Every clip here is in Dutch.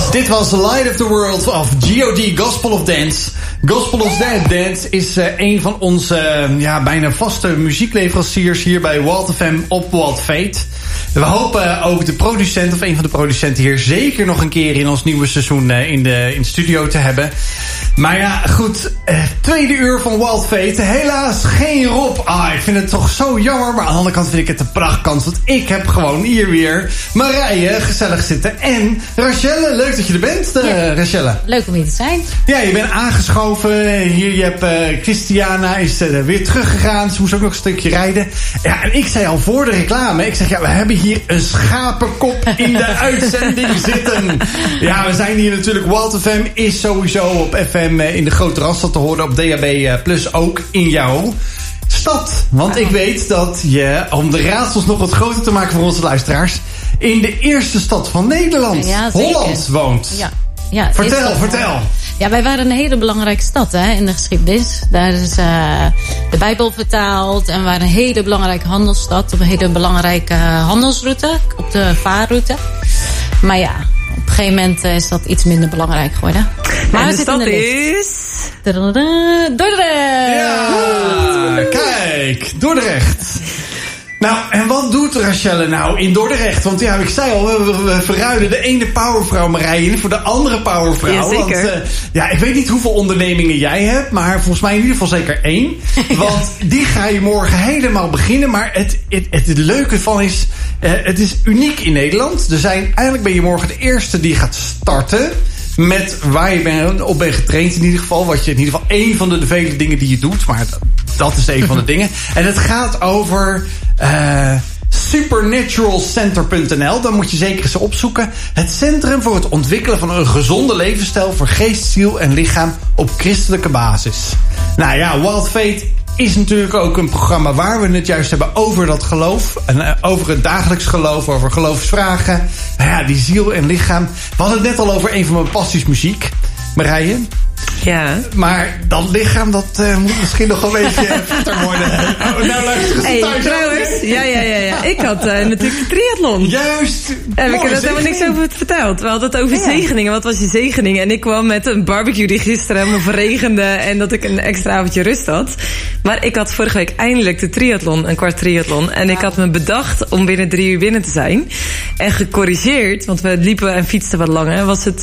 Dit was The Light of the World of G.O.D. Gospel of Dance. Gospel of Dance is een van onze bijna vaste muziekleveranciers hier bij Wild FM op Wild Fate. We hopen ook de producent of een van de producenten hier zeker nog een keer in ons nieuwe seizoen in de studio te hebben. Maar ja, goed. Tweede uur van Wild Fate. Helaas geen Rob. Ik vind het toch zo jammer. Maar aan de andere kant vind ik het een prachtkans. Want ik heb gewoon hier weer Marije gezellig zitten. En Rachelle, leuk dat je er bent, Rachelle. Leuk om hier te zijn. Ja, je bent aangeschoven. Hier, je hebt Christiana is weer teruggegaan. Ze moest ook nog een stukje rijden. Ja, en ik zei al voor de reclame. Ik zeg, we hebben hier een schapenkop in de uitzending zitten. Ja, we zijn hier natuurlijk. Wild FM is sowieso op FM in de grote Randstad te horen. Op DHB Plus ook in jouw stad. Want ik weet dat je, om de raadsels nog wat groter te maken voor onze luisteraars, in de eerste stad van Nederland, Holland, woont. Ja, vertel. Ja, wij waren een hele belangrijke stad in de geschiedenis. Daar is de Bijbel vertaald. En we waren een hele belangrijke handelsstad. Op een hele belangrijke handelsroute. Op de vaarroute. Maar ja, op een gegeven moment is dat iets minder belangrijk geworden. Maar en de stad is Dordrecht. Ja, kijk, Dordrecht. Nou, en wat doet Rachelle nou in Dordrecht? Want ja, ik zei al, we verruilen de ene powervrouw Marije voor de andere powervrouw. Ja, zeker. Want ik weet niet hoeveel ondernemingen jij hebt, maar volgens mij in ieder geval zeker 1. Want die ga je morgen helemaal beginnen. Maar het leuke van is, het is uniek in Nederland. Eigenlijk ben je morgen de eerste die gaat starten met waar je op bent getraind in ieder geval. Wat je in ieder geval één van de vele dingen die je doet. Maar dat is een van de dingen. En het gaat over supernaturalcenter.nl. Dan moet je zeker eens opzoeken. Het centrum voor het ontwikkelen van een gezonde levensstijl voor geest, ziel en lichaam op christelijke basis. Nou ja, Wild Fate is natuurlijk ook een programma waar we het juist hebben over dat geloof. En over het dagelijks geloof, over geloofsvragen. Nou ja, die ziel en lichaam. We hadden het net al over een van mijn passies, muziek. Marije. Ja. Maar dat lichaam, dat moet misschien nog een beetje fitter worden. Nou, luister eens thuis. Trouwens, ja. Ik had natuurlijk triathlon. Juist. Heb ik er helemaal niks over verteld. We hadden het over zegeningen. Wat was je zegening? En ik kwam met een barbecue die gisteren helemaal verregende en dat ik een extra avondje rust had. Maar ik had vorige week eindelijk de triathlon, een kwart triathlon. En ik had me bedacht om binnen 3 uur binnen te zijn. En gecorrigeerd, want we liepen en fietsten wat langer, was het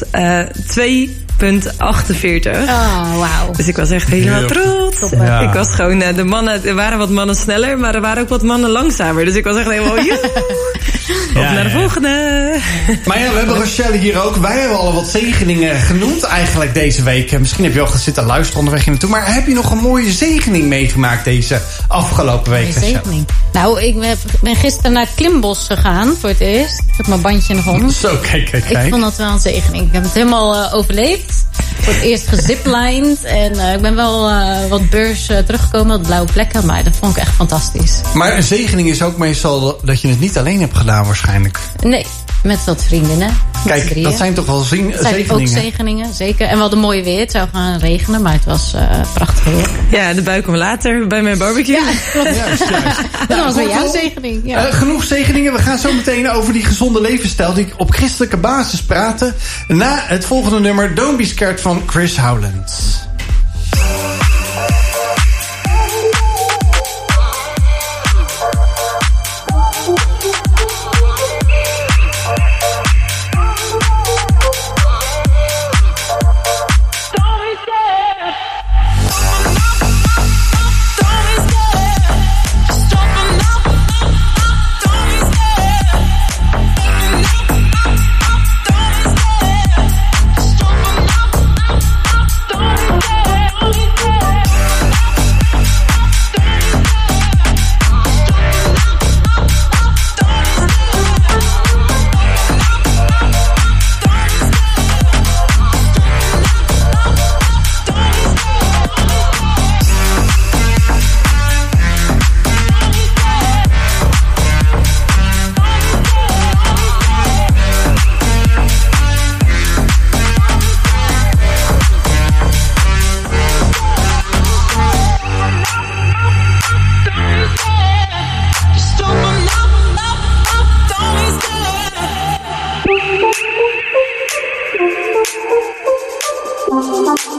2,48. Oh, wauw. Dus ik was echt helemaal trots. Ja. Ik was gewoon, de mannen, er waren wat mannen sneller, maar er waren ook wat mannen langzamer. Dus ik was echt helemaal, op naar de volgende. Maar ja, we hebben Rachelle hier ook. Wij hebben al wat zegeningen genoemd eigenlijk deze week. Misschien heb je al zitten luisteren onderweg hier naartoe. Maar heb je nog een mooie zegening meegemaakt deze afgelopen week, Rachelle? Nou, ik ben gisteren naar het Klimbos gegaan voor het eerst. Ik heb mijn bandje nog om. Zo, kijk. Ik vond dat wel een zegening. Ik heb het helemaal overleefd. Voor het eerst geziplined. En ik ben wel wat beurs teruggekomen, wat blauwe plekken. Maar dat vond ik echt fantastisch. Maar een zegening is ook meestal dat je het niet alleen hebt gedaan waarschijnlijk. Nee, met wat vriendinnen. Kijk, dat zijn toch wel zegeningen? Ook zegeningen, zeker. En we hadden mooi weer. Het zou gaan regenen, maar het was prachtig weer. Ja, de bui kwam later bij mijn barbecue. Ja, klopt. Juist. Dat was weer jouw zegening. Ja. Genoeg zegeningen. We gaan zo meteen over die gezonde levensstijl die op christelijke basis praten. Na het volgende nummer, Don't Be Scared van Chris Howland. Don't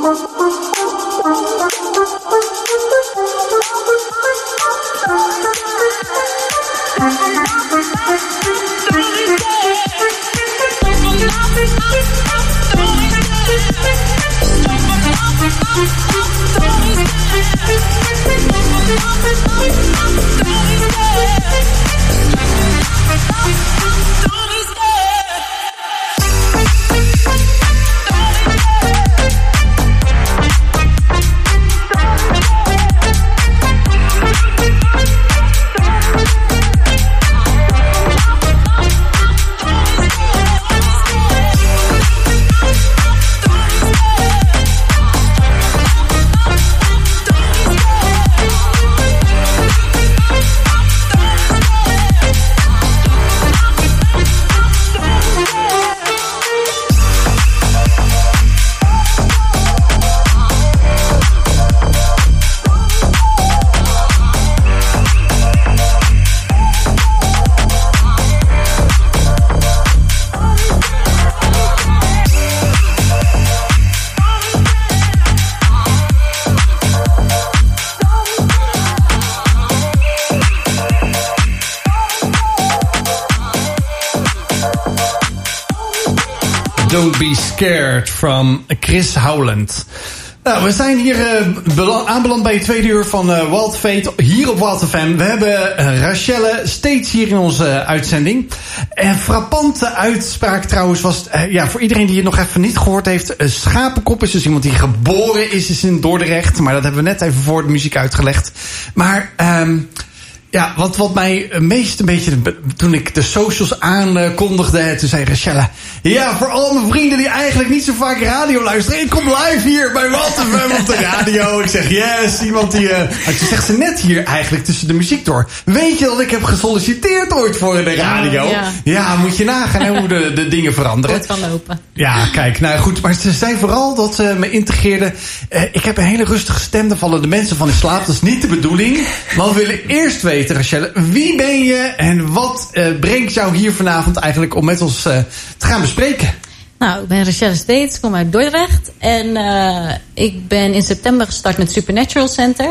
Don't Be Scared from Chris Howland. Nou, we zijn hier aanbeland bij het tweede uur van Wild Fate hier op Wild FM. We hebben Rachelle steeds hier in onze uitzending. En frappante uitspraak trouwens was, voor iedereen die het nog even niet gehoord heeft. Schapenkop is dus iemand die geboren is in Dordrecht. Maar dat hebben we net even voor de muziek uitgelegd. Maar wat mij meest een beetje, toen ik de socials aankondigde, toen zei Rachelle, ja, voor al mijn vrienden die eigenlijk niet zo vaak radio luisteren, ik kom live hier bij Wild FM op de radio. Ik zeg, yes, iemand die, toen zegt ze net hier eigenlijk tussen de muziek door, weet je dat ik heb gesolliciteerd ooit voor de radio? Ja, moet je nagaan hoe de dingen veranderen. Het kan lopen. Ja, kijk, nou goed, maar ze zei vooral dat ze me integreerde. Ik heb een hele rustige stem, daar vallen de mensen van in slaap, dat is niet de bedoeling. Maar we willen eerst weten, Rachelle, wie ben je en wat brengt jou hier vanavond eigenlijk om met ons te gaan bespreken? Nou, ik ben Rachelle Steets, ik kom uit Dordrecht. En ik ben in september gestart met Supernatural Center.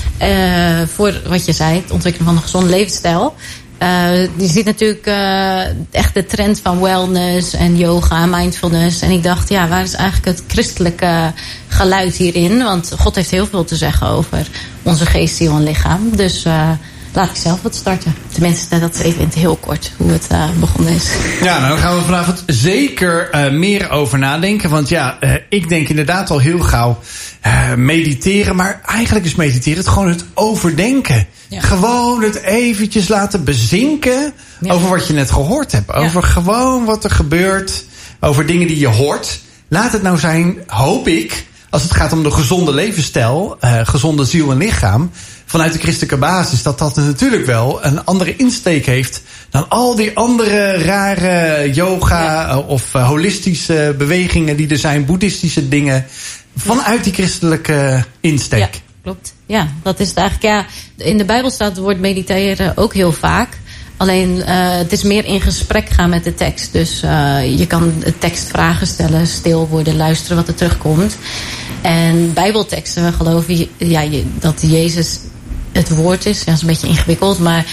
Voor wat je zei, het ontwikkelen van een gezonde levensstijl. Je ziet natuurlijk echt de trend van wellness en yoga, mindfulness. En ik dacht, ja, waar is eigenlijk het christelijke geluid hierin? Want God heeft heel veel te zeggen over onze geest, ziel en lichaam. Dus laat ik zelf wat starten. Tenminste, dat is even in het heel kort hoe het begonnen is. Ja, nou, daar gaan we vanavond zeker meer over nadenken. Want ja, ik denk inderdaad al heel gauw mediteren. Maar eigenlijk is mediteren het gewoon het overdenken. Ja. Gewoon het eventjes laten bezinken over wat je net gehoord hebt. Over gewoon wat er gebeurt. Over dingen die je hoort. Laat het nou zijn, hoop ik, als het gaat om de gezonde levensstijl, gezonde ziel en lichaam, vanuit de christelijke basis, dat natuurlijk wel een andere insteek heeft dan al die andere rare yoga of holistische bewegingen die er zijn, boeddhistische dingen, vanuit die christelijke insteek. Ja, klopt. Ja, dat is het eigenlijk. Ja, in de Bijbel staat het woord mediteren ook heel vaak. Alleen het is meer in gesprek gaan met de tekst. Dus je kan de tekst vragen stellen, stil worden, luisteren wat er terugkomt. En bijbelteksten, we geloven dat Jezus het woord is. Ja, dat is een beetje ingewikkeld, maar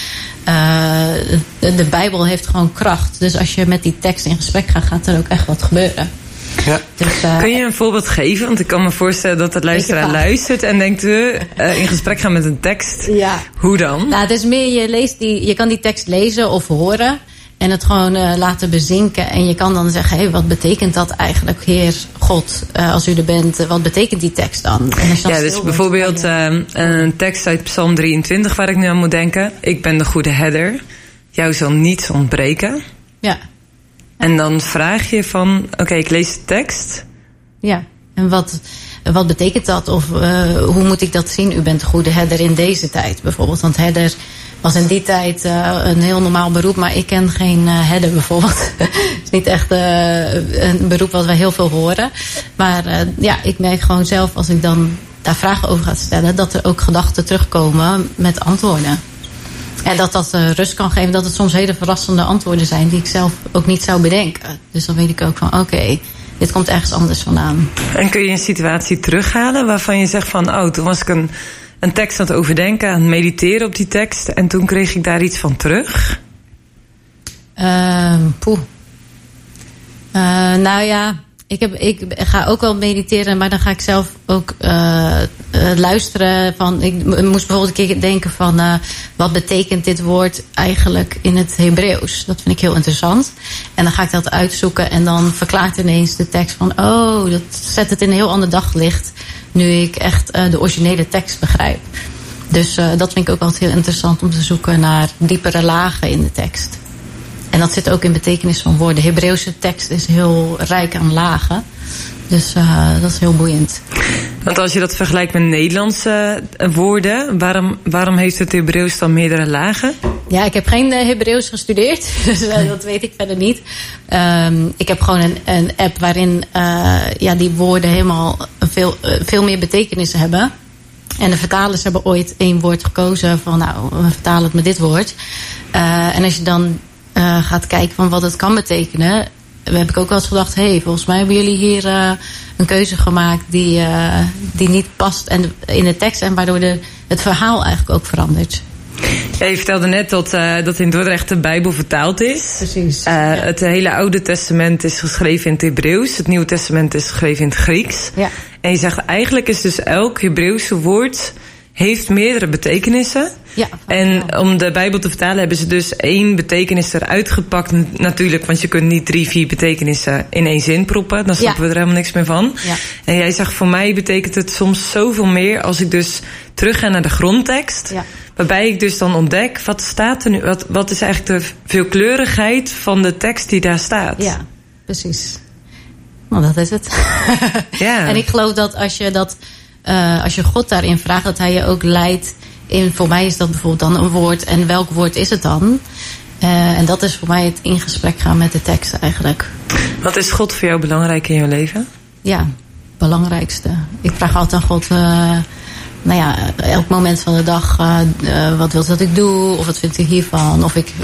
de Bijbel heeft gewoon kracht. Dus als je met die tekst in gesprek gaat, gaat er ook echt wat gebeuren. Ja. Dus, kun je een voorbeeld geven? Want ik kan me voorstellen dat de luisteraar luistert en denkt, in gesprek gaan met een tekst. Ja. Hoe dan? Nou, het is meer, je kan die tekst lezen of horen en het gewoon laten bezinken. En je kan dan zeggen, wat betekent dat eigenlijk, Heer God, als u er bent, wat betekent die tekst dan? En als je dan dus bijvoorbeeld een tekst uit Psalm 23 waar ik nu aan moet denken. Ik ben de goede herder, jou zal niets ontbreken. Ja. En dan vraag je van, oké, ik lees de tekst. Ja, en wat betekent dat? Of hoe moet ik dat zien? U bent de goede herder in deze tijd bijvoorbeeld. Want herder was in die tijd een heel normaal beroep. Maar ik ken geen herder bijvoorbeeld. Het is niet echt een beroep wat wij heel veel horen. Maar ik merk gewoon zelf, als ik dan daar vragen over ga stellen, dat er ook gedachten terugkomen met antwoorden. En dat rust kan geven, dat het soms hele verrassende antwoorden zijn die ik zelf ook niet zou bedenken. Dus dan weet ik ook van, oké, dit komt ergens anders vandaan. En kun je een situatie terughalen waarvan je zegt van... toen was ik een tekst aan het overdenken, aan het mediteren op die tekst... en toen kreeg ik daar iets van terug? Nou ja, ik ga ook wel mediteren... maar dan ga ik zelf ook luisteren. Ik moest bijvoorbeeld een keer denken van... wat betekent dit woord eigenlijk in het Hebreeuws? Dat vind ik heel interessant. En dan ga ik dat uitzoeken en dan verklaart ineens de tekst van... dat zet het in een heel ander daglicht... nu ik echt de originele tekst begrijp. Dus dat vind ik ook altijd heel interessant om te zoeken naar diepere lagen in de tekst. En dat zit ook in betekenis van woorden. De Hebreeuwse tekst is heel rijk aan lagen. Dus dat is heel boeiend. Want als je dat vergelijkt met Nederlandse woorden... waarom heeft het Hebreeuws dan meerdere lagen? Ja, ik heb geen Hebreeuws gestudeerd. Dus dat weet ik verder niet. Ik heb gewoon een app waarin die woorden helemaal veel meer betekenissen hebben. En de vertalers hebben ooit 1 woord gekozen van... we vertalen het met dit woord. En als je dan gaat kijken van wat het kan betekenen... heb ik ook wel eens gedacht... volgens mij hebben jullie hier een keuze gemaakt... die niet past in de tekst... en waardoor het verhaal eigenlijk ook verandert. Ja, je vertelde net dat in Dordrecht de Bijbel vertaald is. Precies. Het hele Oude Testament is geschreven in het Hebreeuws. Het Nieuwe Testament is geschreven in het Grieks. Ja. En je zegt eigenlijk is dus elk Hebreeuwse woord... heeft meerdere betekenissen. Ja, en om de Bijbel te vertalen hebben ze dus 1 betekenis eruit gepakt. Natuurlijk, want je kunt niet 3, 4 betekenissen in 1 zin proppen. Dan snappen we er helemaal niks meer van. Ja. En jij zegt, voor mij betekent het soms zoveel meer... als ik dus terug ga naar de grondtekst. Ja. Waarbij ik dus dan ontdek, wat staat er nu? Wat is eigenlijk de veelkleurigheid van de tekst die daar staat? Ja, precies. Nou, dat is het. Ja. En ik geloof dat als je God daarin vraagt, dat hij je ook leidt in... voor mij is dat bijvoorbeeld dan een woord. En welk woord is het dan? En dat is voor mij het in gesprek gaan met de tekst eigenlijk. Wat is God voor jou belangrijk in je leven? Ja, belangrijkste. Ik vraag altijd aan God... elk moment van de dag... wat wil dat ik doe? Of wat vindt u hiervan? Of ik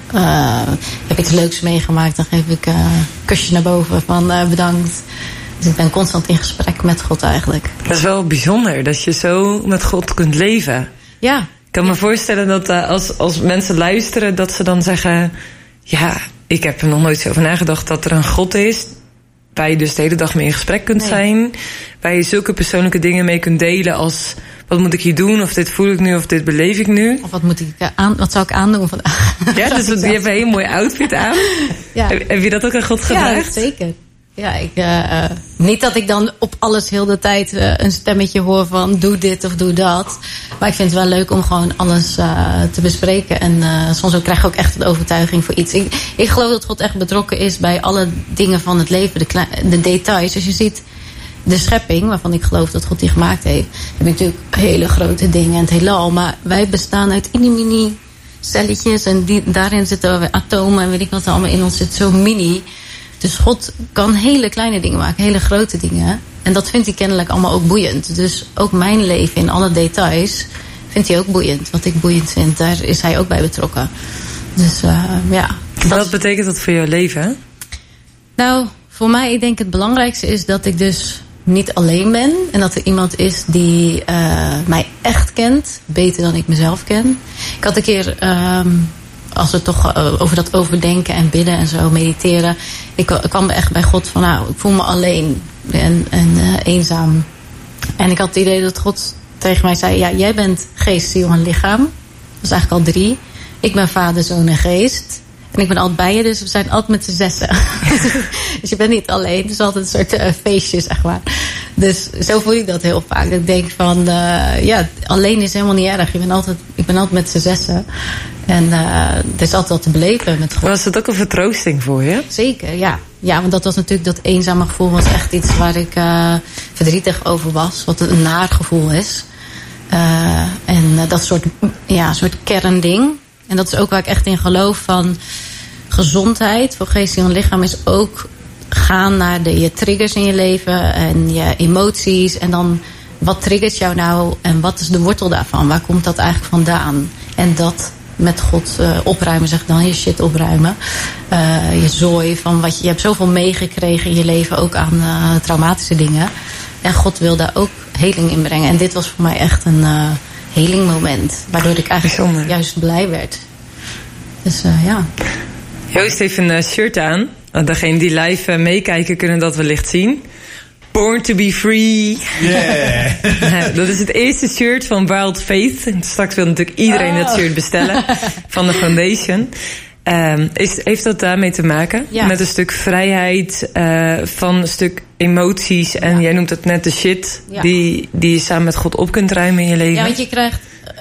heb iets leuks meegemaakt... dan geef ik een kusje naar boven van als Dus ik ben constant in gesprek met God eigenlijk. Dat is wel bijzonder, dat je zo met God kunt leven. Ja. Ik kan me voorstellen dat als mensen luisteren... dat ze dan zeggen... ja, ik heb er nog nooit zo over nagedacht dat er een God is... waar je dus de hele dag mee in gesprek kunt zijn... waar je zulke persoonlijke dingen mee kunt delen als... wat moet ik hier doen, of dit voel ik nu, of dit beleef ik nu. Of wat zou ik aandoen vandaag? Ja, dus je hebt een heel mooi outfit aan. Ja. Heb je dat ook aan God gevraagd? Ja, zeker. Ja, niet dat ik dan op alles heel de tijd een stemmetje hoor van doe dit of doe dat. Maar ik vind het wel leuk om gewoon alles te bespreken. En soms ook krijg ik ook echt een overtuiging voor iets. Ik geloof dat God echt betrokken is bij alle dingen van het leven. De details. Als je ziet de schepping, waarvan ik geloof dat God die gemaakt heeft. Heb je natuurlijk hele grote dingen en het heelal. Maar wij bestaan uit mini celletjes. En daarin zitten atomen en weet ik wat er allemaal in ons zit. Zo mini. Dus God kan hele kleine dingen maken, hele grote dingen. En dat vindt hij kennelijk allemaal ook boeiend. Dus ook mijn leven in alle details vindt hij ook boeiend. Wat ik boeiend vind, daar is hij ook bij betrokken. Dus ja. Wat betekent dat voor jouw leven? Nou, voor mij, ik denk het belangrijkste is dat ik dus niet alleen ben. En dat er iemand is die mij echt kent. Beter dan ik mezelf ken. Ik had een keer... als we toch over dat overdenken en bidden en zo mediteren. Ik kwam echt bij God van ik voel me alleen en eenzaam. En ik had het idee dat God tegen mij zei... ja, jij bent geest, ziel en lichaam. Dat is eigenlijk al 3. Ik ben vader, zoon en geest. En ik ben altijd bij je, dus we zijn altijd met z'n 6. Dus je bent niet alleen. Het is altijd een soort feestje, zeg maar. Dus zo voel ik dat heel vaak. Dat ik denk van, alleen is helemaal niet erg. Ik ben altijd met z'n 6. En er is altijd wat te beleven met God. Was het ook een vertroosting voor je? Zeker, ja. Ja, want dat was natuurlijk dat eenzame gevoel... was echt iets waar ik verdrietig over was. Wat een naar gevoel is. En dat soort kernding. En dat is ook waar ik echt in geloof van... gezondheid voor geest, ziel en lichaam is ook gaan naar je triggers in je leven... en je emoties. En dan, wat triggert jou nou en wat is de wortel daarvan? Waar komt dat eigenlijk vandaan? En dat met God opruimen, zeg dan. Je shit opruimen. Je zooi van wat je hebt zoveel meegekregen in je leven, ook aan traumatische dingen. En God wil daar ook heling in brengen. En dit was voor mij echt een helingmoment. Waardoor ik eigenlijk juist blij werd. Dus ja. Joost heeft een shirt aan. Degenen die live meekijken kunnen dat wellicht zien. Born to be free. Yeah. Dat is het eerste shirt van Wild Faith. Straks wil natuurlijk iedereen dat shirt bestellen. Van de foundation. Heeft dat daarmee te maken? Ja. Met een stuk vrijheid, van een stuk emoties. En jij noemt het net de shit die je samen met God op kunt ruimen in je leven. Ja, want je krijgt,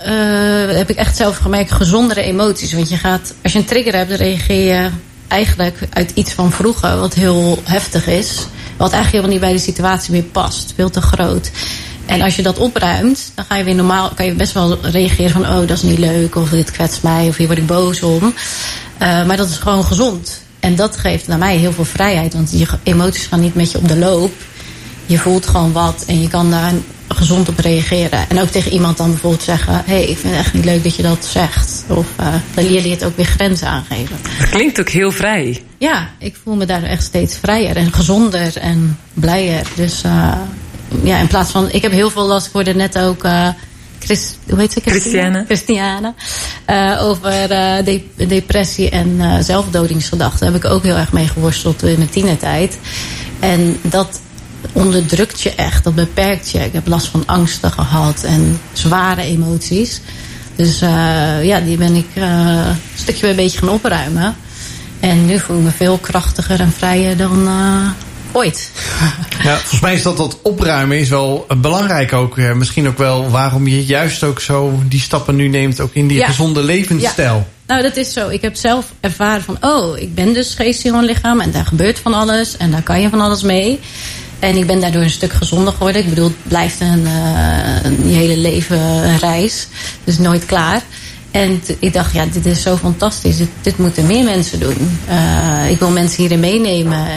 heb ik echt zelf gemerkt, gezondere emoties. Want je gaat, als je een trigger hebt, dan reageer je eigenlijk uit iets van vroeger wat heel heftig is. Wat eigenlijk helemaal niet bij de situatie meer past. Veel te groot. En als je dat opruimt, dan ga je weer normaal, kan je best wel reageren van, oh, dat is niet leuk, of dit kwetst mij, of hier word ik boos om. Maar dat is gewoon gezond. En dat geeft naar mij heel veel vrijheid. Want je emoties gaan niet met je op de loop. Je voelt gewoon wat en je kan daar gezond op reageren. En ook tegen iemand dan bijvoorbeeld zeggen, hey, ik vind het echt niet leuk dat je dat zegt. Of dan leer je het ook weer grenzen aangeven. Dat klinkt ook heel vrij. Ja, ik voel me daar echt steeds vrijer en gezonder en blijer. Dus ja, in plaats van, ik heb heel veel last, ik hoorde net ook hoe heet ze? Christiane. Over depressie en zelfdodingsgedachten. Daar heb ik ook heel erg mee geworsteld in mijn tienertijd. En dat onderdrukt je echt, dat beperkt je. Ik heb last van angsten gehad en zware emoties. Dus ja, die ben ik een stukje bij een beetje gaan opruimen. En nu voel ik me veel krachtiger en vrijer dan ooit. Ja, volgens mij is dat opruimen is wel belangrijk ook. Misschien ook wel waarom je juist ook zo die stappen nu neemt, ook in die gezonde levensstijl. Ja. Nou, dat is zo. Ik heb zelf ervaren van, oh, ik ben dus geest, ziel en lichaam. En daar gebeurt van alles. En daar kan je van alles mee. En ik ben daardoor een stuk gezonder geworden. Ik bedoel, het blijft je hele leven een reis. Dus nooit klaar. En ik dacht, ja, dit is zo fantastisch. Dit moeten meer mensen doen. Ik wil mensen hierin meenemen.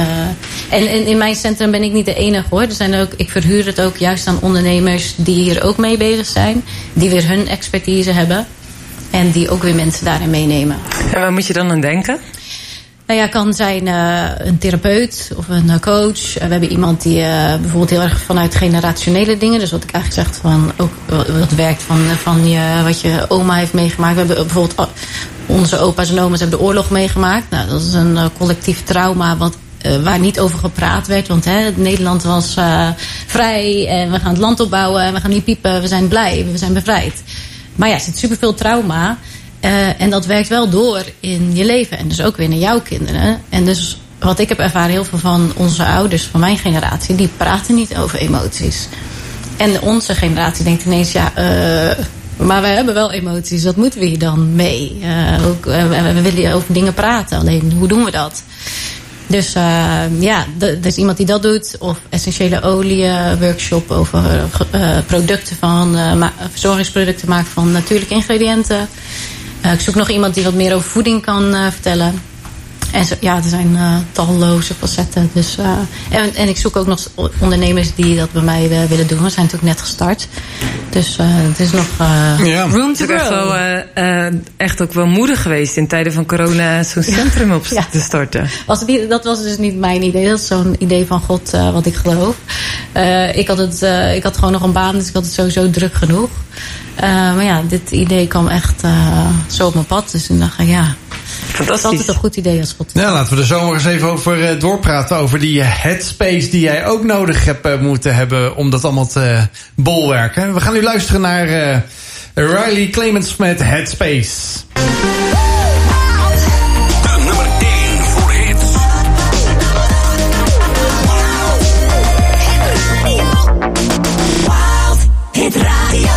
En in mijn centrum ben ik niet de enige, hoor. Er zijn ook, ik verhuur het ook juist aan ondernemers die hier ook mee bezig zijn. Die weer hun expertise hebben. En die ook weer mensen daarin meenemen. En waar moet je dan aan denken? Nou ja, kan zijn een therapeut of een coach. We hebben iemand die bijvoorbeeld heel erg vanuit generationele dingen. Dus wat ik eigenlijk zeg, van ook wat werkt van wat je oma heeft meegemaakt. We hebben bijvoorbeeld onze opa's en oma's hebben de oorlog meegemaakt. Nou, dat is een collectief trauma waar niet over gepraat werd. Want Nederland was vrij en we gaan het land opbouwen en we gaan niet piepen. We zijn blij, we zijn bevrijd. Maar ja, er zit superveel trauma. En dat werkt wel door in je leven. En dus ook weer naar jouw kinderen. En dus wat ik heb ervaren, heel veel van onze ouders, van mijn generatie, die praten niet over emoties. En onze generatie denkt ineens, ja, maar wij hebben wel emoties. Wat moeten we hier dan mee? We willen over dingen praten. Alleen, hoe doen we dat? Dus ja, er is iemand die dat doet. Of essentiële olie workshop over producten verzorgingsproducten maken van natuurlijke ingrediënten. Ik zoek nog iemand die wat meer over voeding kan vertellen. En ja, er zijn talloze facetten. Dus, en ik zoek ook nog ondernemers die dat bij mij willen doen. We zijn natuurlijk net gestart. Dus het is nog room to grow. Echt ook wel moedig geweest in tijden van corona zo'n centrum op te starten. Dat was dus niet mijn idee. Dat is zo'n idee van God wat ik geloof. Ik had gewoon nog een baan, dus ik had het sowieso druk genoeg. Maar ja, dit idee kwam echt zo op mijn pad. Dus toen dacht ik, ja, dat is altijd een goed idee als God. Ja, laten we er zo maar eens even over doorpraten. Over die headspace die jij ook nodig hebt moeten hebben om dat allemaal te bolwerken. We gaan nu luisteren naar Riley Clements met Headspace. De nummer 1 voor hits. Wild Hit Radio.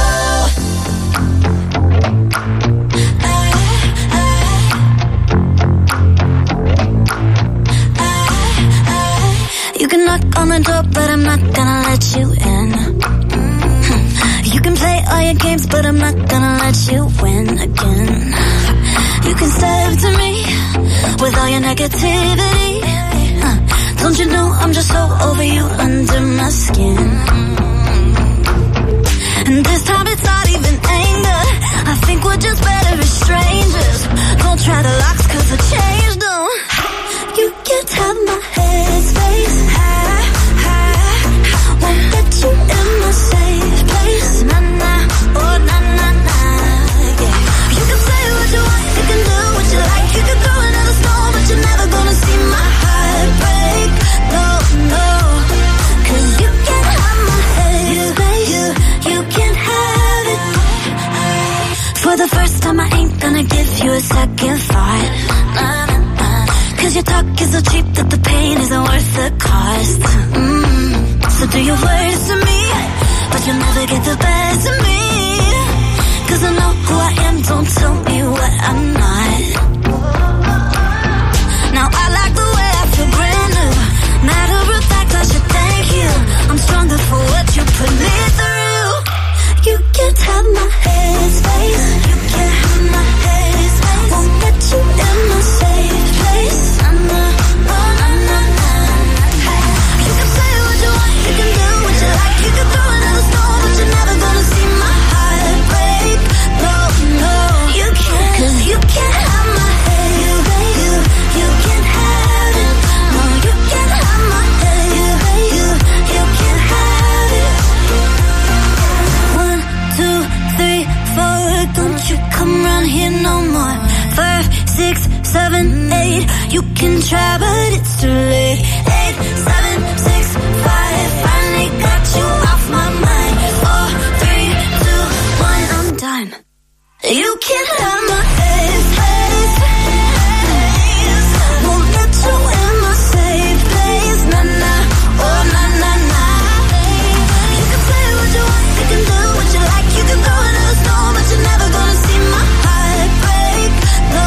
You can knock on the door, but I'm not gonna let you in. You can play all your games, but I'm not gonna let you win again. You can step to me with all your negativity. Don't you know I'm just so over you under my skin? And this time it's not even finger. I think we're just better as strangers. Don't try the locks cause I changed them. You can't have my headspace. Won't let you in my safe place. Nah, oh nah, yeah. You can say what you want, you can do what you like. You can throw another stone, but you're never gonna see my heart break. No, cause you can't have my headspace. You can't have it. For the first time I ain't gonna give you a second thought. Cause your talk is so cheap that the pain isn't worth the cost. So do your worst to me, but you'll never get the best of me. Cause I know who I am, don't tell me what I'm not. Now I like the way I feel brand new. Matter of fact, I should thank you. I'm stronger for what you put me through. You can't have my headspace. You can't have my headspace. Won't let you in my safe place. You can say what you want, you can do what you like. You can throw another stone, but you're never gonna see my heart break. No, you can't. Cause you can't have my headspace. You can't have it. No, you can't have my headspace. You can't have it. 1, 2, 3, 4, don't you come round here no more. 5, 6, 7, 8, you can try but it's too late. 8, 7, 6, 5, finally got you off my mind. 4, 3, 2, 1, I'm done. You can't have my headspace. Won't let you in my safe place. Nah, oh nah. You can say what you want, you can do what you like. You can throw another stone, but you're never gonna see my heart break. No,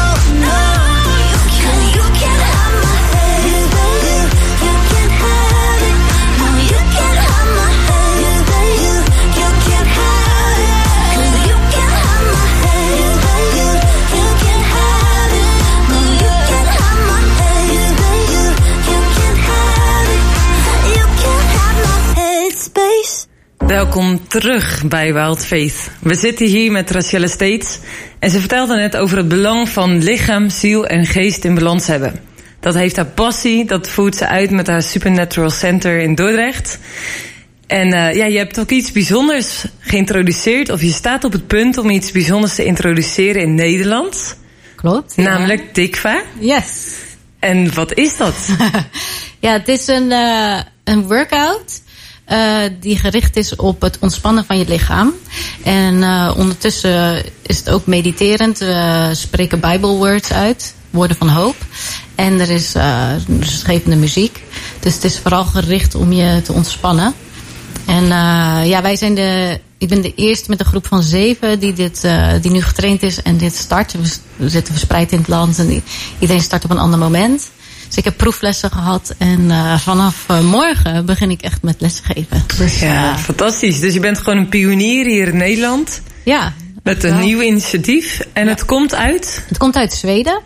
you can't have my headspace. You can't have it. No, you can't have my headspace. You can't have it. Cause you can't have my headspace. You can't have it. No, you can't have my headspace. You can't have it. You can't have my headspace. Welkom terug bij Wild Faith. We zitten hier met Rachelle Steets en ze vertelde net over het belang van lichaam, ziel en geest in balans hebben. Dat heeft haar passie, dat voert ze uit met haar Supernatural Center in Dordrecht. En je hebt ook iets bijzonders geïntroduceerd, of je staat op het punt om iets bijzonders te introduceren in Nederland. Klopt. Namelijk Tikva. Yes. En wat is dat? Ja, het is een workout die gericht is op het ontspannen van je lichaam. En ondertussen is het ook mediterend. We spreken Bijbelwords uit, woorden van hoop. En er is rustgevende muziek. Dus het is vooral gericht om je te ontspannen. En wij zijn ik ben de eerste met een groep van 7 die nu getraind is en dit start. We zitten verspreid in het land en iedereen start op een ander moment. Dus ik heb proeflessen gehad en vanaf morgen begin ik echt met lessen geven. Dus, fantastisch. Dus je bent gewoon een pionier hier in Nederland. Ja. Met een nieuw initiatief. En het komt uit? Het komt uit Zweden.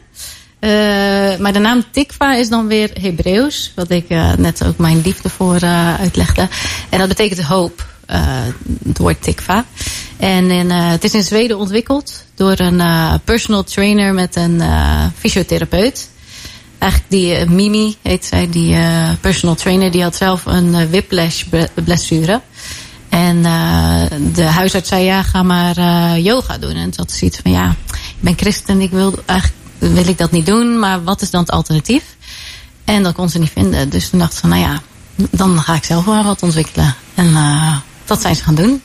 Maar de naam Tikva is dan weer Hebreeuws. Wat ik net ook mijn liefde voor uitlegde. En dat betekent hoop. Het woord Tikva. En het is in Zweden ontwikkeld door een personal trainer met een fysiotherapeut. Eigenlijk die Mimi heet zij, die personal trainer, die had zelf een whiplash blessure. En de huisarts zei, ga maar yoga doen. En toen had ze zoiets van, ik ben christen, wil ik dat niet doen, maar wat is dan het alternatief? En dat kon ze niet vinden. Dus toen dacht ze van, dan ga ik zelf wel wat ontwikkelen. En dat zijn ze gaan doen.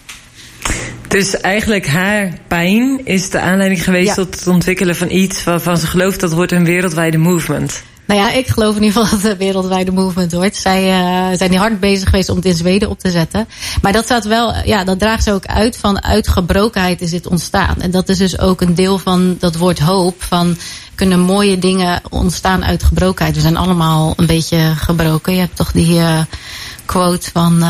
Dus eigenlijk haar pijn is de aanleiding geweest tot het ontwikkelen van iets waarvan ze gelooft dat wordt een wereldwijde movement. Nou ja, ik geloof in ieder geval dat het een wereldwijde movement wordt. Zij zijn hier hard bezig geweest om het in Zweden op te zetten. Maar dat staat wel, dat draagt ze ook uit van uit gebrokenheid is dit ontstaan. En dat is dus ook een deel van dat woord hoop. Van kunnen mooie dingen ontstaan uit gebrokenheid. We zijn allemaal een beetje gebroken. Je hebt toch die quote van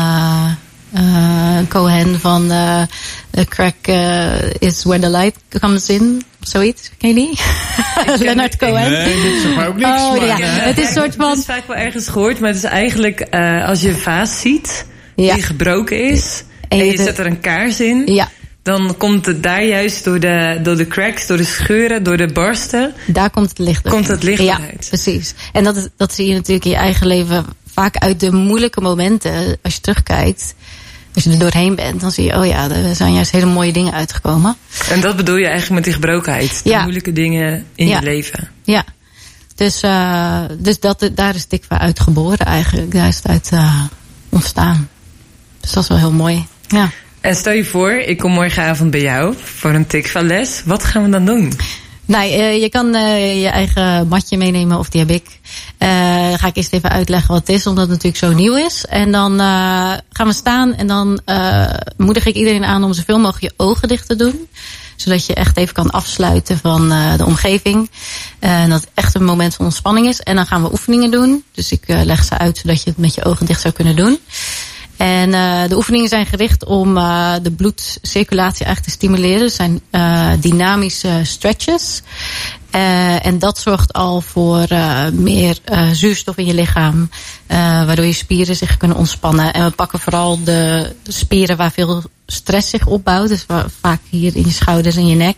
Cohen van the crack is where the light comes in. Zoiets, ken je die? Leonard Cohen. Nee, dit zeg maar ook niks. Het is een soort van... Het is vaak wel ergens gehoord, maar het is eigenlijk als je een vaas ziet die gebroken is en je zet er een kaars in, dan komt het daar juist door de cracks, door de scheuren, door de barsten. Daar komt het licht uit. Ja, precies. En dat zie je natuurlijk in je eigen leven vaak uit de moeilijke momenten. Als je terugkijkt, als je er doorheen bent, dan zie je, oh ja, er zijn juist hele mooie dingen uitgekomen. En dat bedoel je eigenlijk met die gebrokenheid? De moeilijke dingen in je leven? Ja. Dus daar is Tikva uit geboren eigenlijk. Daar is het uit ontstaan. Dus dat is wel heel mooi. Ja. En stel je voor, ik kom morgenavond bij jou voor een Tikva-les. Wat gaan we dan doen? Nou, je kan je eigen matje meenemen, of die heb ik. Ga ik eerst even uitleggen wat het is, omdat het natuurlijk zo nieuw is. En dan gaan we staan en dan moedig ik iedereen aan om zoveel mogelijk je ogen dicht te doen. Zodat je echt even kan afsluiten van de omgeving. En dat het echt een moment van ontspanning is. En dan gaan we oefeningen doen. Dus ik leg ze uit zodat je het met je ogen dicht zou kunnen doen. En de oefeningen zijn gericht om de bloedcirculatie eigenlijk te stimuleren. Het zijn dynamische stretches. En dat zorgt al voor meer zuurstof in je lichaam. Waardoor je spieren zich kunnen ontspannen. En we pakken vooral de spieren waar veel stress zich opbouwt. Dus vaak hier in je schouders en je nek.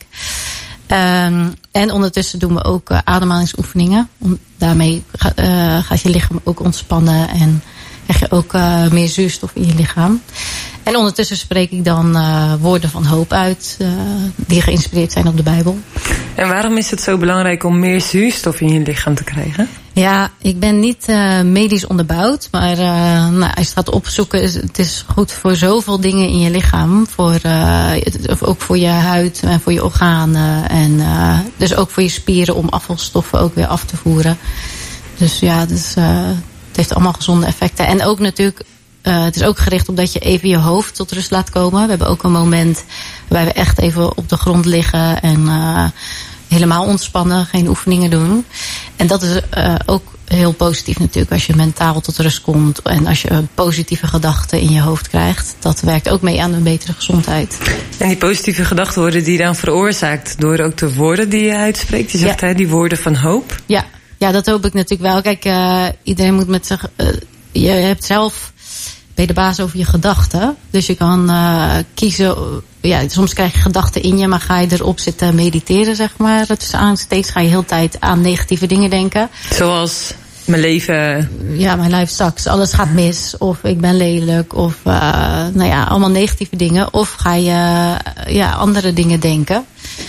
En ondertussen doen we ook ademhalingsoefeningen. Daarmee gaat je lichaam ook ontspannen en krijg je ook meer zuurstof in je lichaam. En ondertussen spreek ik dan woorden van hoop uit die geïnspireerd zijn op de Bijbel. En waarom is het zo belangrijk om meer zuurstof in je lichaam te krijgen? Ja, ik ben niet medisch onderbouwd. Maar als je het gaat opzoeken, het is goed voor zoveel dingen in je lichaam. Ook voor je huid en voor je organen. En dus ook voor je spieren om afvalstoffen ook weer af te voeren. Dus ja, het heeft allemaal gezonde effecten. En ook natuurlijk, het is ook gericht op dat je even je hoofd tot rust laat komen. We hebben ook een moment waarbij we echt even op de grond liggen en helemaal ontspannen, geen oefeningen doen. En dat is ook heel positief natuurlijk als je mentaal tot rust komt en als je positieve gedachten in je hoofd krijgt. Dat werkt ook mee aan een betere gezondheid. En die positieve gedachten worden die dan veroorzaakt door ook de woorden die je uitspreekt? Je zegt die woorden van hoop? Ja, dat hoop ik natuurlijk wel. Kijk, iedereen moet met zich. Je hebt zelf, ben je de baas over je gedachten. Dus je kan kiezen. Ja, soms krijg je gedachten in je, maar ga je erop zitten mediteren, zeg maar. Steeds ga je heel de tijd aan negatieve dingen denken. Zoals mijn leven. Ja, mijn leven straks. Alles gaat mis. Of ik ben lelijk. Of allemaal negatieve dingen. Of ga je andere dingen denken.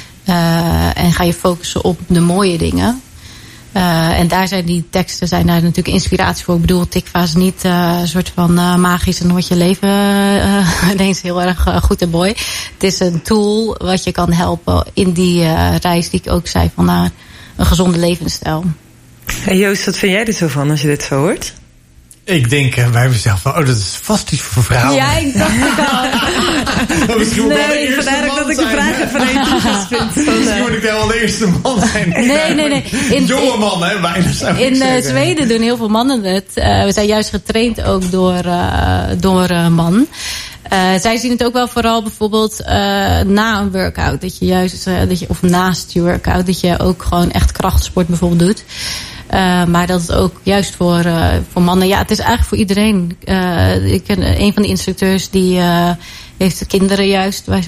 En ga je focussen op de mooie dingen. En daar zijn die teksten daar natuurlijk inspiratie voor. Ik bedoel, Tikva is niet een soort van magisch en dan wordt je leven ineens heel erg goed en mooi. Het is een tool wat je kan helpen in die reis die ik ook zei van naar een gezonde levensstijl. Hey Joost, wat vind jij er zo van als je dit zo hoort? Ik denk bij mezelf van, dat is vast iets voor vrouwen. Ja, ik dacht het al. Nee, vandaar dat ik een vraag heb van een toegaspint. Misschien moet ik wel de eerste man zijn. Nee. Jonge man, hè, bijna. In Zweden doen heel veel mannen het. We zijn juist getraind ook door man. Zij zien het ook wel vooral bijvoorbeeld na een workout. Dat je juist, of naast je workout, dat je ook gewoon echt krachtsport bijvoorbeeld doet. Maar dat het ook juist voor mannen. Ja, het is eigenlijk voor iedereen. Ik ken een van de instructeurs die heeft kinderen juist waar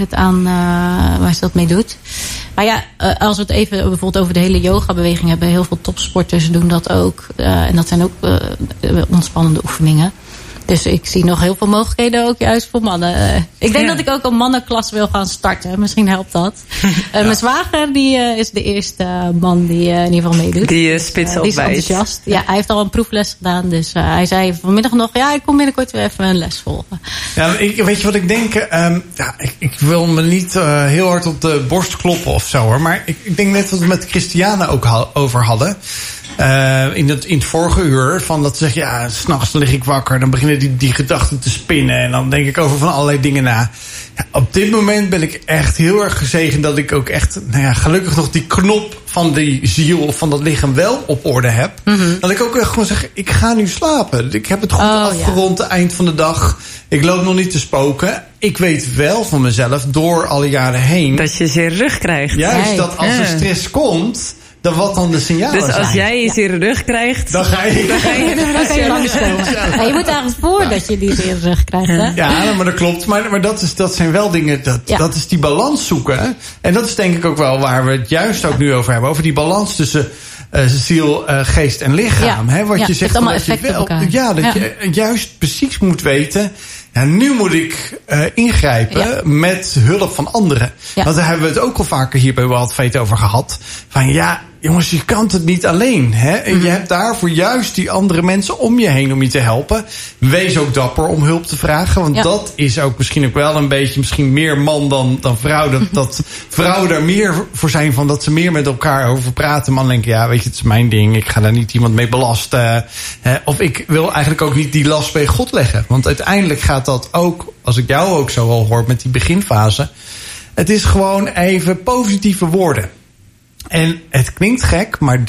ze dat mee doet. Maar ja, als we het even bijvoorbeeld over de hele yoga-beweging hebben, heel veel topsporters doen dat ook. En dat zijn ook ontspannende oefeningen. Dus ik zie nog heel veel mogelijkheden ook juist voor mannen. Ik denk dat ik ook een mannenklas wil gaan starten. Misschien helpt dat. Mijn zwager die is de eerste man die in ieder geval meedoet. Die spits op die is enthousiast. Ja, hij heeft al een proefles gedaan. Dus hij zei vanmiddag nog, ik kom binnenkort weer even een les volgen. Ja, weet je wat ik denk? Ik wil me niet heel hard op de borst kloppen of zo hoor. Maar ik denk net wat we met Christiane ook over hadden. In het vorige uur, van dat ze zeggen, 's nachts lig ik wakker, dan beginnen die gedachten te spinnen en dan denk ik over van allerlei dingen na. Ja, op dit moment ben ik echt heel erg gezegend dat ik ook echt, gelukkig nog die knop van die ziel of van dat lichaam wel op orde heb. Mm-hmm. Dat ik ook echt gewoon zeg, ik ga nu slapen. Ik heb het goed afgerond, het eind van de dag. Ik loop nog niet te spoken. Ik weet wel van mezelf, door alle jaren heen, dat je ze rug krijgt. Juist dat als er stress komt, dan wat dan de signalen Dus zijn. als jij iets in je rug krijgt... Dan ga je... Dan kan je langskomen. Ja, je moet eigenlijk voordat je die weer terug krijgt. Hè? Ja, maar dat klopt. Maar dat zijn wel dingen... Dat is die balans zoeken. Hè? En dat is denk ik ook wel waar we het juist ook nu over hebben. Over die balans tussen ziel, geest en lichaam. Ja. Hè? Wat je zegt, allemaal dat je effect op wel... elkaar. Ja, dat je juist precies moet weten... Ja, nu moet ik ingrijpen met hulp van anderen. Ja. Want daar hebben we het ook al vaker hier bij Wild Fate over gehad. Van ja, jongens, je kan het niet alleen. Hè? En je hebt daarvoor juist die andere mensen om je heen om je te helpen. Wees ook dapper om hulp te vragen. Want dat is ook misschien ook wel een beetje... misschien meer man dan vrouw. Dat vrouwen daar meer voor zijn van... dat ze meer met elkaar over praten. Man denkt, ja, weet je, het is mijn ding. Ik ga daar niet iemand mee belasten. Of ik wil eigenlijk ook niet die last bij God leggen. Want uiteindelijk gaat dat ook... als ik jou ook zo al hoor met die beginfase... het is gewoon even positieve woorden. En het klinkt gek, maar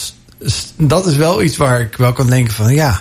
dat is wel iets waar ik wel kan denken van... ja,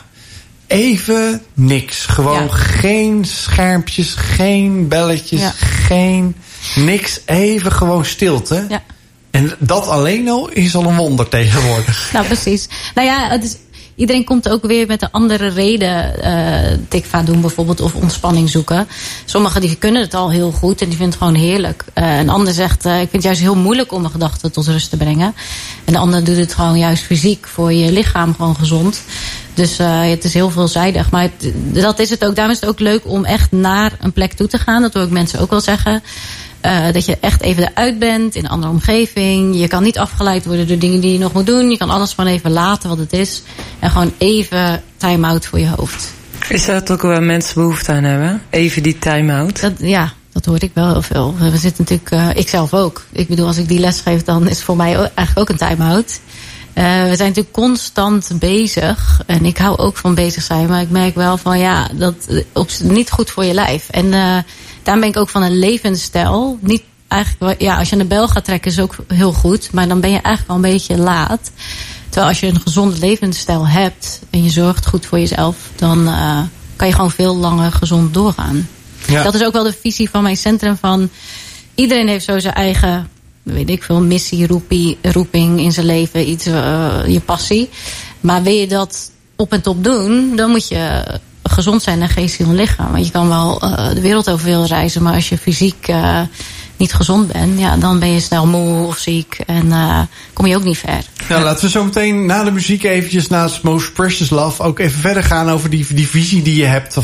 even niks. Gewoon geen schermpjes, geen belletjes, geen niks. Even gewoon stilte. Ja. En dat alleen al is al een wonder tegenwoordig. Nou, precies. Nou ja, het is... Iedereen komt ook weer met een andere reden tikva doen bijvoorbeeld of ontspanning zoeken. Sommigen die kunnen het al heel goed en die vinden het gewoon heerlijk. Een ander zegt, ik vind het juist heel moeilijk om mijn gedachten tot rust te brengen. En de ander doet het gewoon juist fysiek voor je lichaam gewoon gezond. Dus het is heel veelzijdig. Maar dat is het ook. Daarom is het ook leuk om echt naar een plek toe te gaan. Dat wil ik mensen ook wel zeggen. Dat je echt even eruit bent in een andere omgeving. Je kan niet afgeleid worden door dingen die je nog moet doen. Je kan alles gewoon even laten wat het is. En gewoon even time-out voor je hoofd. Is dat ook waar mensen behoefte aan hebben? Even die time-out? Dat hoor ik wel heel veel. We zitten natuurlijk, ik zelf ook. Ik bedoel, als ik die les geef, dan is het voor mij eigenlijk ook een time-out. We zijn natuurlijk constant bezig. En ik hou ook van bezig zijn. Maar ik merk wel van dat niet goed voor je lijf. En daarom ben ik ook van een levensstijl. Niet eigenlijk, als je aan de bel gaat trekken is ook heel goed. Maar dan ben je eigenlijk al een beetje laat. Terwijl als je een gezonde levensstijl hebt. En je zorgt goed voor jezelf. Dan kan je gewoon veel langer gezond doorgaan. Ja. Dat is ook wel de visie van mijn centrum. Van iedereen heeft zo zijn eigen... weet ik veel, missie, roeping in zijn leven, iets, je passie. Maar wil je dat op en top doen, dan moet je gezond zijn naar geest, ziel en lichaam. Want je kan wel de wereld over willen reizen, maar als je fysiek niet gezond bent, dan ben je snel moe of ziek en kom je ook niet ver. Ja, laten we zo meteen na de muziek eventjes naast Most Precious Love ook even verder gaan over die visie die je hebt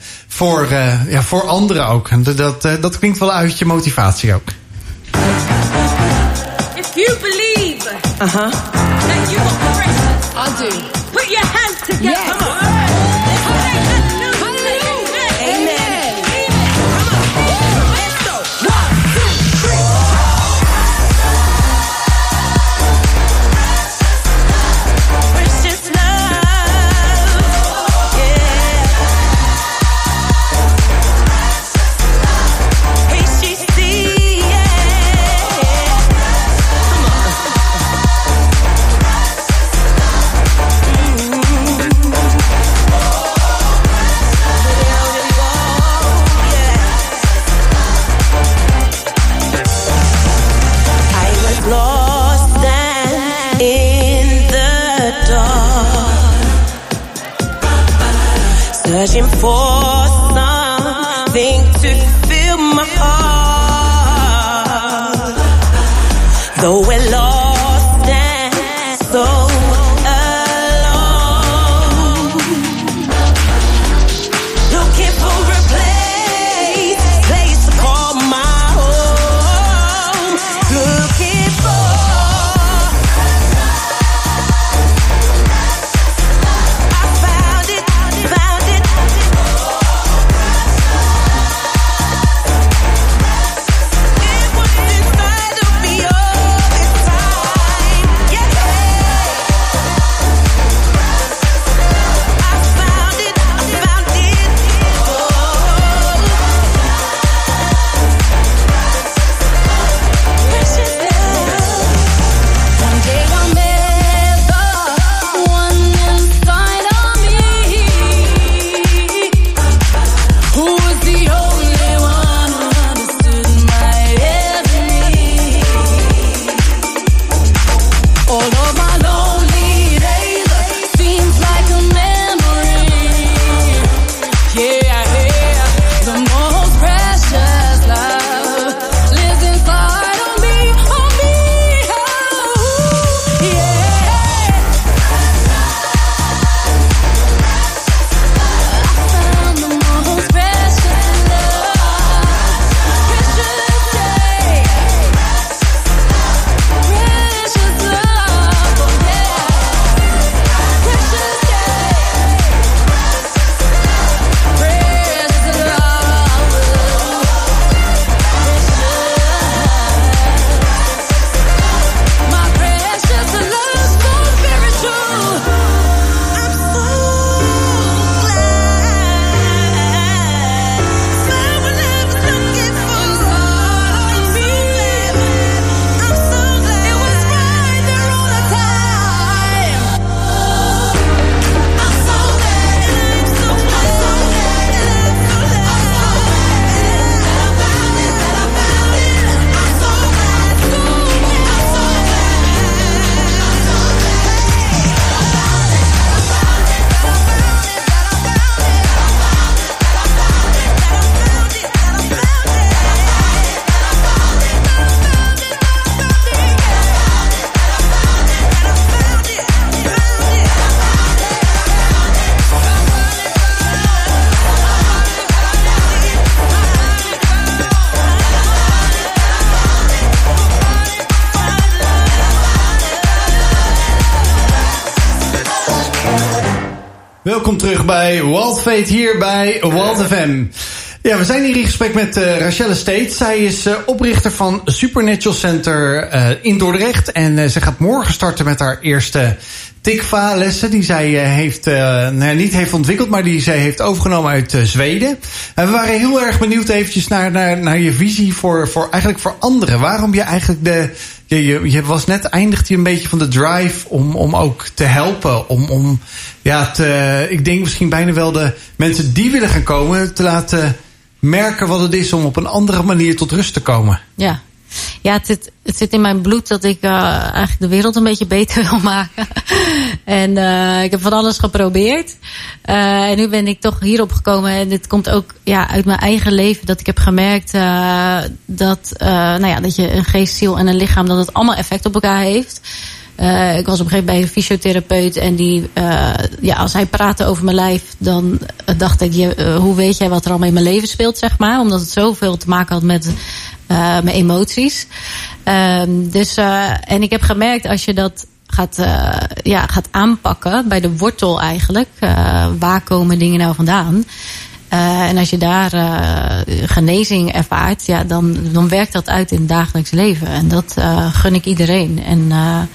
voor anderen ook. En dat klinkt wel uit je motivatie ook. If you believe that you are precious, I do. Put your hands together. Yes. Come on. Searching for something to fill my heart. Though we're lost and so alone, looking for a place to call my home. Looking for inside of me all this time. welkom terug bij Wild Fate hier bij Wild FM. Ja, we zijn hier in gesprek met Rachelle Estate. Zij is oprichter van Supernatural Center in Dordrecht. En ze gaat morgen starten met haar eerste Tikva-lessen die zij niet heeft ontwikkeld, maar die zij heeft overgenomen uit Zweden. En we waren heel erg benieuwd eventjes naar je visie voor anderen. Waarom je eigenlijk je was net eindigt je een beetje van de drive om ook te helpen. Ik denk misschien bijna wel de mensen die willen gaan komen te laten merken wat het is om op een andere manier tot rust te komen. Ja, het zit in mijn bloed dat ik eigenlijk de wereld een beetje beter wil maken. En ik heb van alles geprobeerd. En nu ben ik toch hierop gekomen. En dit komt ook uit mijn eigen leven. Dat ik heb gemerkt dat je een geest, ziel en een lichaam, dat het allemaal effect op elkaar heeft. Ik was op een gegeven moment bij een fysiotherapeut. En die, als hij praatte over mijn lijf, dan dacht ik, hoe weet jij wat er allemaal in mijn leven speelt, zeg maar. Omdat het zoveel te maken had met mijn emoties. En ik heb gemerkt, als je dat gaat aanpakken, bij de wortel eigenlijk, waar komen dingen nou vandaan? En als je daar genezing ervaart, dan werkt dat uit in het dagelijks leven. En dat gun ik iedereen. En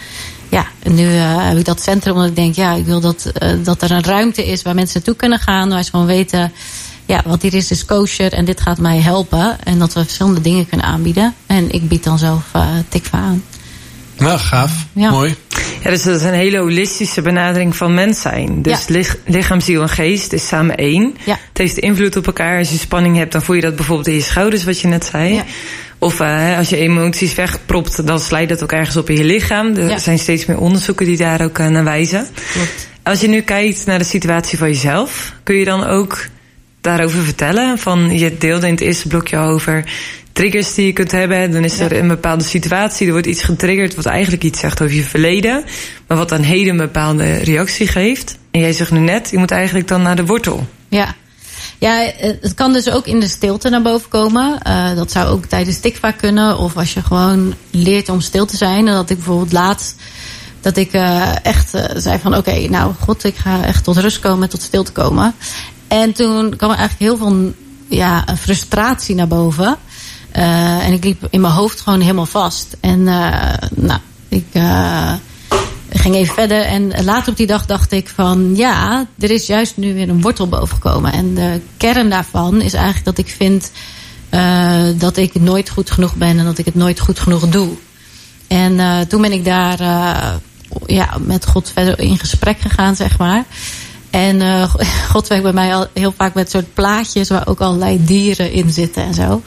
nu heb ik dat centrum, omdat ik denk, ik wil dat er een ruimte is waar mensen naartoe kunnen gaan, waar ze gewoon weten, wat hier is kosher en dit gaat mij helpen. En dat we verschillende dingen kunnen aanbieden. En ik bied dan zelf Tikva aan. Nou, gaaf. Ja. Mooi. Ja, dus dat is een hele holistische benadering van mens zijn. Dus lichaam, ziel en geest is samen één. Ja. Het heeft invloed op elkaar. Als je spanning hebt, dan voel je dat bijvoorbeeld in je schouders, wat je net zei. Ja. Of als je emoties wegpropt, dan slijt dat ook ergens op in je lichaam. Er zijn steeds meer onderzoeken die daar ook naar wijzen. Klopt. Als je nu kijkt naar de situatie van jezelf, kun je dan ook daarover vertellen? Je deelde in het eerste blokje over triggers die je kunt hebben. Dan is er een bepaalde situatie, er wordt iets getriggerd wat eigenlijk iets zegt over je verleden, maar wat dan heden een bepaalde reactie geeft. En jij zegt nu net, je moet eigenlijk dan naar de wortel. Ja, het kan dus ook in de stilte naar boven komen. Dat zou ook tijdens Tikva kunnen. Of als je gewoon leert om stil te zijn. En dat ik bijvoorbeeld laatst, dat ik echt zei van oké, nou God, ik ga echt tot rust komen, tot stil te komen. En toen kwam er eigenlijk heel veel frustratie naar boven. En ik liep in mijn hoofd gewoon helemaal vast. En ik ging even verder. En later op die dag dacht ik van er is juist nu weer een wortel boven gekomen. En de kern daarvan is eigenlijk dat ik vind dat ik nooit goed genoeg ben en dat ik het nooit goed genoeg doe. En toen ben ik daar met God verder in gesprek gegaan, zeg maar. En God werkt bij mij al heel vaak met soort plaatjes waar ook allerlei dieren in zitten en zo.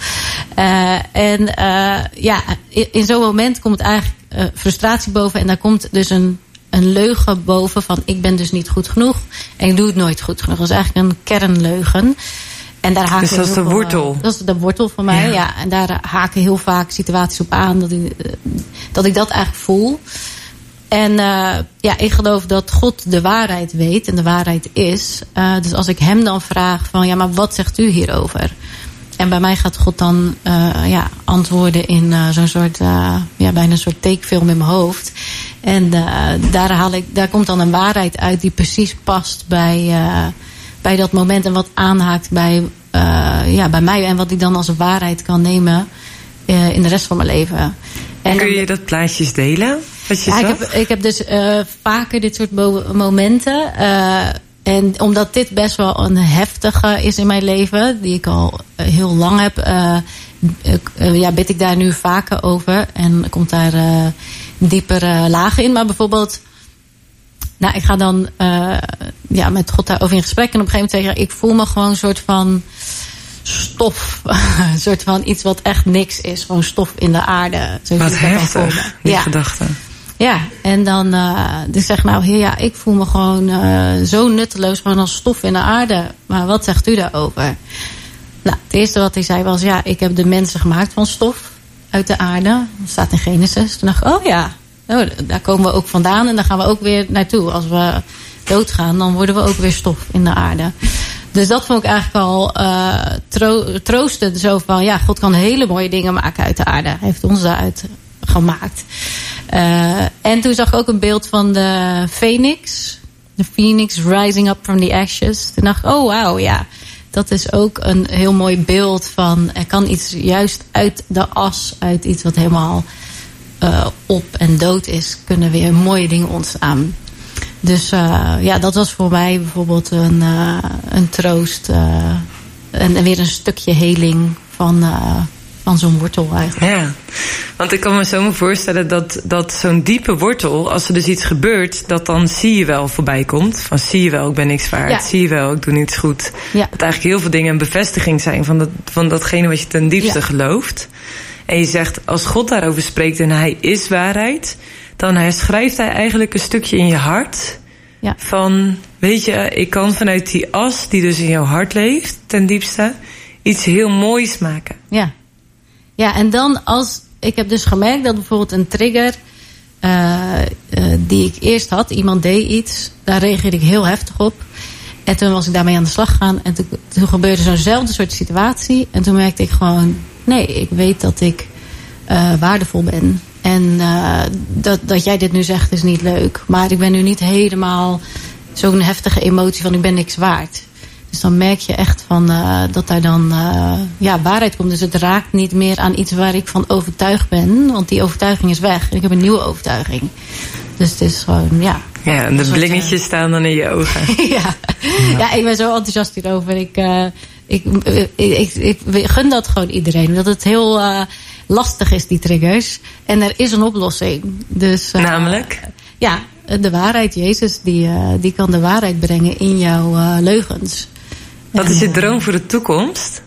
In zo'n moment komt het eigenlijk frustratie boven. En daar komt dus een leugen boven van ik ben dus niet goed genoeg. En ik doe het nooit goed genoeg. Dat is eigenlijk een kernleugen. En daar haken dus dat is de wortel? Dat is de wortel van mij, ja. En daar haken heel vaak situaties op aan dat ik dat eigenlijk voel. En ik geloof dat God de waarheid weet en de waarheid is. Dus als ik hem dan vraag van maar wat zegt u hierover? En bij mij gaat God dan antwoorden in zo'n soort bijna een soort tekenfilm in mijn hoofd. En daar komt dan een waarheid uit die precies past bij dat moment en wat aanhaakt bij mij en wat ik dan als een waarheid kan nemen in de rest van mijn leven. En kun je dat plaatjes delen? Ik heb dus vaker dit soort momenten. En omdat dit best wel een heftige is in mijn leven, die ik al heel lang heb, bid ik daar nu vaker over. En komt daar diepere lagen in. Maar bijvoorbeeld, ik ga dan met God daarover in gesprek. En op een gegeven moment zeg ik voel me gewoon een soort van stof. Een soort van iets wat echt niks is. Gewoon stof in de aarde. Wat heftig, die gedachte. Ja, en dan dus zeg Heer, ik voel me gewoon zo nutteloos, gewoon als stof in de aarde. Maar wat zegt u daarover? Nou, het eerste wat hij zei was, ik heb de mensen gemaakt van stof uit de aarde. Dat staat in Genesis. Toen dacht ik, daar komen we ook vandaan en daar gaan we ook weer naartoe. Als we doodgaan, dan worden we ook weer stof in de aarde. Dus dat vond ik eigenlijk al troostend. Zo van, God kan hele mooie dingen maken uit de aarde. Hij heeft ons daaruit gemaakt. En toen zag ik ook een beeld van de Phoenix. The Phoenix Rising Up from the Ashes. Toen dacht ik, oh wauw, ja. Dat is ook een heel mooi beeld van... er kan iets juist uit de as, uit iets wat helemaal op en dood is... kunnen weer mooie dingen ontstaan. Dus dat was voor mij bijvoorbeeld een troost... en weer een stukje heling van zo'n wortel eigenlijk. Ja, want ik kan me zo voorstellen dat zo'n diepe wortel... als er dus iets gebeurt, dat dan zie je wel voorbij komt. Van zie je wel, ik ben niks waard. Ja. Zie je wel, ik doe niets goed. Ja. Dat eigenlijk heel veel dingen een bevestiging zijn... van datgene wat je ten diepste gelooft. En je zegt, als God daarover spreekt en hij is waarheid... dan herschrijft hij eigenlijk een stukje in je hart... Ja. Van, weet je, ik kan vanuit die as die dus in jouw hart leeft, ten diepste, iets heel moois maken. Ja, ja, en dan ik heb dus gemerkt dat bijvoorbeeld een trigger die ik eerst had, iemand deed iets, daar reageerde ik heel heftig op. En toen was ik daarmee aan de slag gegaan en toen gebeurde zo'nzelfde soort situatie. En toen merkte ik gewoon, nee, ik weet dat ik waardevol ben. En dat jij dit nu zegt is niet leuk. Maar ik ben nu niet helemaal zo'n heftige emotie van ik ben niks waard. Dus dan merk je echt van dat daar dan waarheid komt. Dus het raakt niet meer aan iets waar ik van overtuigd ben. Want die overtuiging is weg. En ik heb een nieuwe overtuiging. Dus het is gewoon, ja. Ja, en de blingetjes staan dan in je ogen. ja, ik ben zo enthousiast hierover. Ik gun dat gewoon iedereen. Omdat het heel lastig is, die triggers. En er is een oplossing. Dus, namelijk? De waarheid. Jezus, die kan de waarheid brengen in jouw leugens. Wat is je droom voor de toekomst?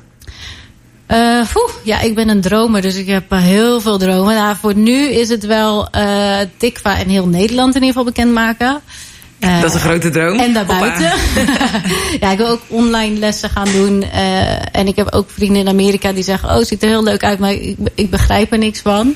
Ik ben een dromer, dus ik heb heel veel dromen. Nou, voor nu is het wel Tikva in heel Nederland in ieder geval bekendmaken. Dat is een grote droom. En daarbuiten. Ja, ik wil ook online lessen gaan doen. En ik heb ook vrienden in Amerika die zeggen... oh, het ziet er heel leuk uit, maar ik begrijp er niks van.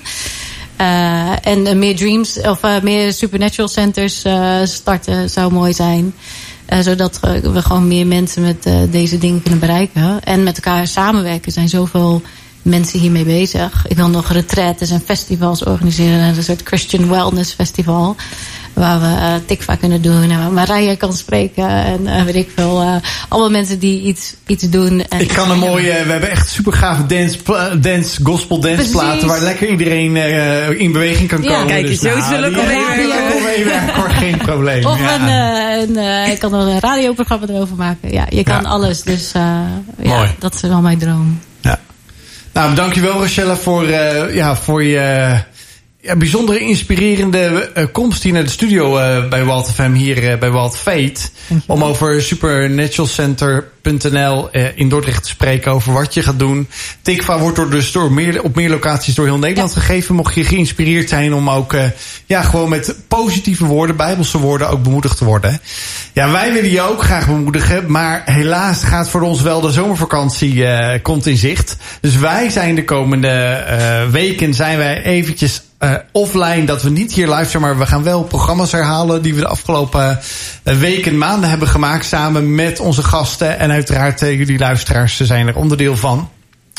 En meer dreams of meer supernatural centers starten zou mooi zijn. Zodat we gewoon meer mensen met deze dingen kunnen bereiken. En met elkaar samenwerken. Er zijn zoveel mensen hiermee bezig. Ik wil nog retraites en festivals organiseren. Een soort Christian Wellness Festival. Waar we Tikva kunnen doen. En waar Marije kan spreken. En weet ik veel. Allemaal mensen die iets doen. En ik kan een mooie... we hebben echt super gave gospel dance platen. Waar lekker iedereen in beweging kan komen. Kijk, dus zo zullen we meewerken. Geen probleem. Of ik kan er een radioprogramma erover maken. Ja, je kan alles. Dus dat is wel mijn droom. Ja. Nou, dankjewel Rochelle voor je bijzondere inspirerende komst hier naar de studio bij Wild FM hier bij Wild Fate. Om over supernaturalcenter.nl in Dordrecht te spreken over wat je gaat doen. Tikva wordt op meer locaties door heel Nederland gegeven. Mocht je geïnspireerd zijn om ook gewoon met positieve woorden, bijbelse woorden ook bemoedigd te worden. Ja, wij willen je ook graag bemoedigen, maar helaas gaat voor ons wel de zomervakantie komt in zicht. Dus wij zijn de komende weken zijn wij eventjes offline, dat we niet hier live zijn, maar we gaan wel programma's herhalen die we de afgelopen weken, maanden hebben gemaakt samen met onze gasten en uiteraard jullie luisteraars zijn er onderdeel van.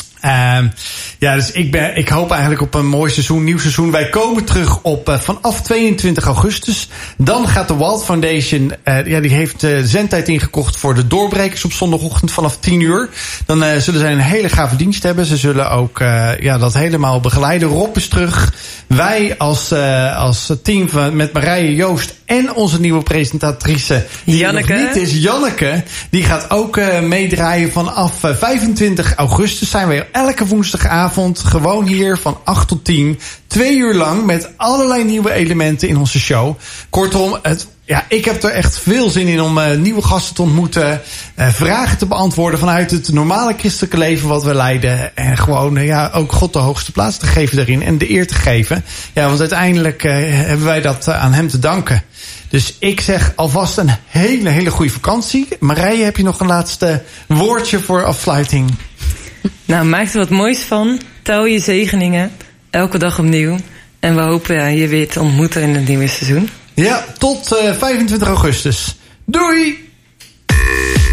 Dus ik hoop eigenlijk op een mooi seizoen, nieuw seizoen. Wij komen terug op vanaf 22 augustus. Dan gaat de Wild Foundation, die heeft zendtijd ingekocht voor de doorbrekers op zondagochtend vanaf 10 uur. Dan zullen zij een hele gave dienst hebben. Ze zullen ook dat helemaal begeleiden. Rob is terug. Wij als team met Marije, Joost en onze nieuwe presentatrice, die Janneke. Nog niet is, Janneke, die gaat ook meedraaien vanaf 25 augustus. Zijn wij elke woensdagavond gewoon hier van 8 tot 10. 2 uur lang met allerlei nieuwe elementen in onze show. Kortom, ik heb er echt veel zin in om nieuwe gasten te ontmoeten. Vragen te beantwoorden vanuit het normale christelijke leven wat we leiden. En gewoon ook God de hoogste plaats te geven daarin. En de eer te geven. Ja, want uiteindelijk hebben wij dat aan hem te danken. Dus ik zeg alvast een hele, hele goede vakantie. Marije, heb je nog een laatste woordje voor afsluiting? Nou, maak er wat moois van. Tel je zegeningen. Elke dag opnieuw. En we hopen je weer te ontmoeten in het nieuwe seizoen. Ja, tot 25 augustus. Doei!